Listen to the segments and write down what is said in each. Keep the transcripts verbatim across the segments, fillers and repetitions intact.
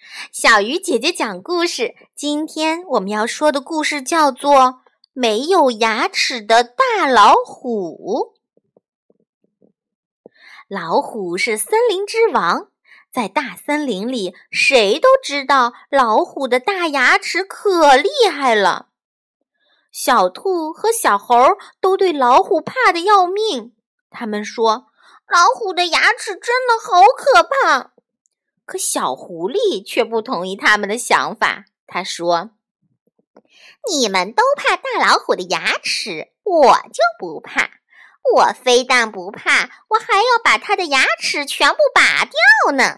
小鱼姐姐讲故事，今天我们要说的故事叫做《没有牙齿的大老虎》。老虎是森林之王，在大森林里，谁都知道老虎的大牙齿可厉害了。小兔和小猴都对老虎怕得要命，他们说，老虎的牙齿真的好可怕。可小狐狸却不同意他们的想法，他说，你们都怕大老虎的牙齿，我就不怕。我非但不怕，我还要把它的牙齿全部拔掉呢。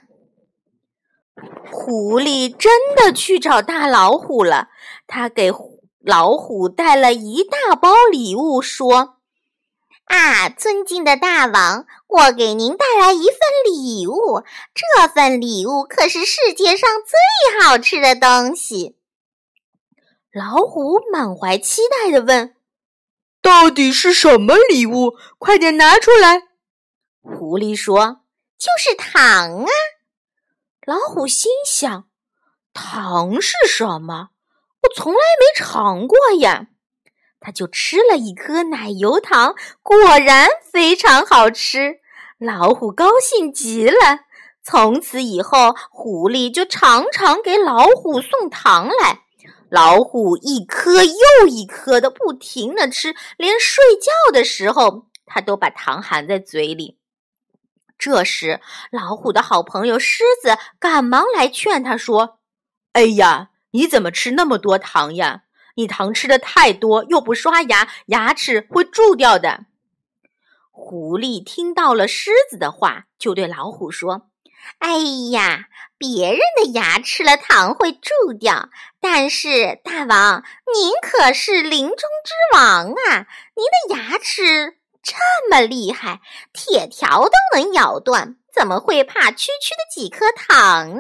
狐狸真的去找大老虎了，他给老虎带了一大包礼物，说，啊，尊敬的大王，我给您带来一份礼物，这份礼物可是世界上最好吃的东西。老虎满怀期待地问， 到底是什么礼物？快点拿出来。 狐狸说，就是糖啊。老虎心想，糖是什么？我从来没尝过呀。他就吃了一颗奶油糖，果然非常好吃。老虎高兴极了，从此以后，狐狸就常常给老虎送糖来。老虎一颗又一颗的不停地吃，连睡觉的时候，他都把糖含在嘴里。这时，老虎的好朋友狮子赶忙来劝他说，哎呀，你怎么吃那么多糖呀？你糖吃的太多，又不刷牙，牙齿会蛀掉的。狐狸听到了狮子的话，就对老虎说，哎呀，别人的牙吃了糖会蛀掉，但是大王，您可是林中之王啊，您的牙齿这么厉害，铁条都能咬断，怎么会怕区区的几颗糖呢？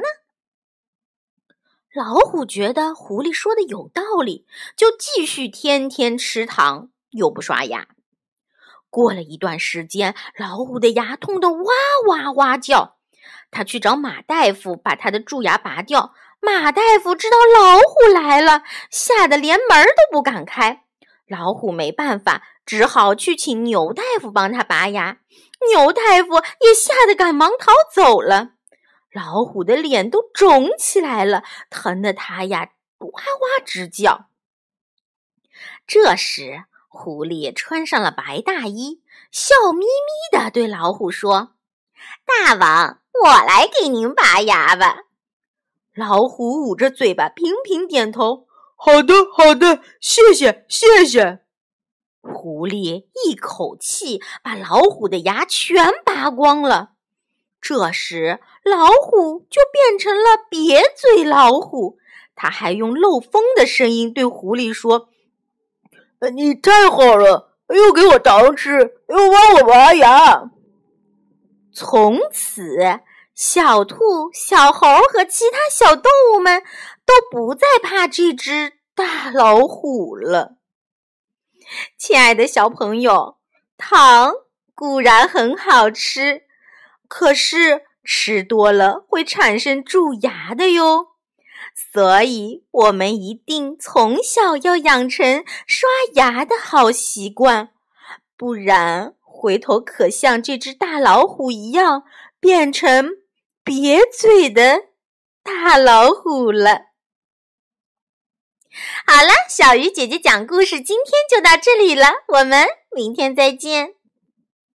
老虎觉得狐狸说的有道理，就继续天天吃糖，又不刷牙。过了一段时间，老虎的牙痛得哇哇哇叫，他去找马大夫把他的蛀牙拔掉。马大夫知道老虎来了，吓得连门都不敢开。老虎没办法，只好去请牛大夫帮他拔牙。牛大夫也吓得赶忙逃走了。老虎的脸都肿起来了，疼得他呀哇哇直叫。这时，狐狸穿上了白大衣，笑眯眯地对老虎说，大王，我来给您拔牙吧。老虎捂着嘴巴频频点头， 好的好的，谢谢谢谢。 狐狸一口气把老虎的牙全拔光了。这时，老虎就变成了瘪嘴老虎，他还用漏风的声音对狐狸说， 你太好了，又给我糖吃，又帮我拔牙。 从此，小兔、小猴和其他小动物们都不再怕这只大老虎了。亲爱的小朋友，糖固然很好吃，可是吃多了会产生蛀牙的哟。所以我们一定从小要养成刷牙的好习惯，不然回头可像这只大老虎一样，变成瘪嘴的大老虎了。好了，小鱼姐姐讲故事今天就到这里了，我们明天再见。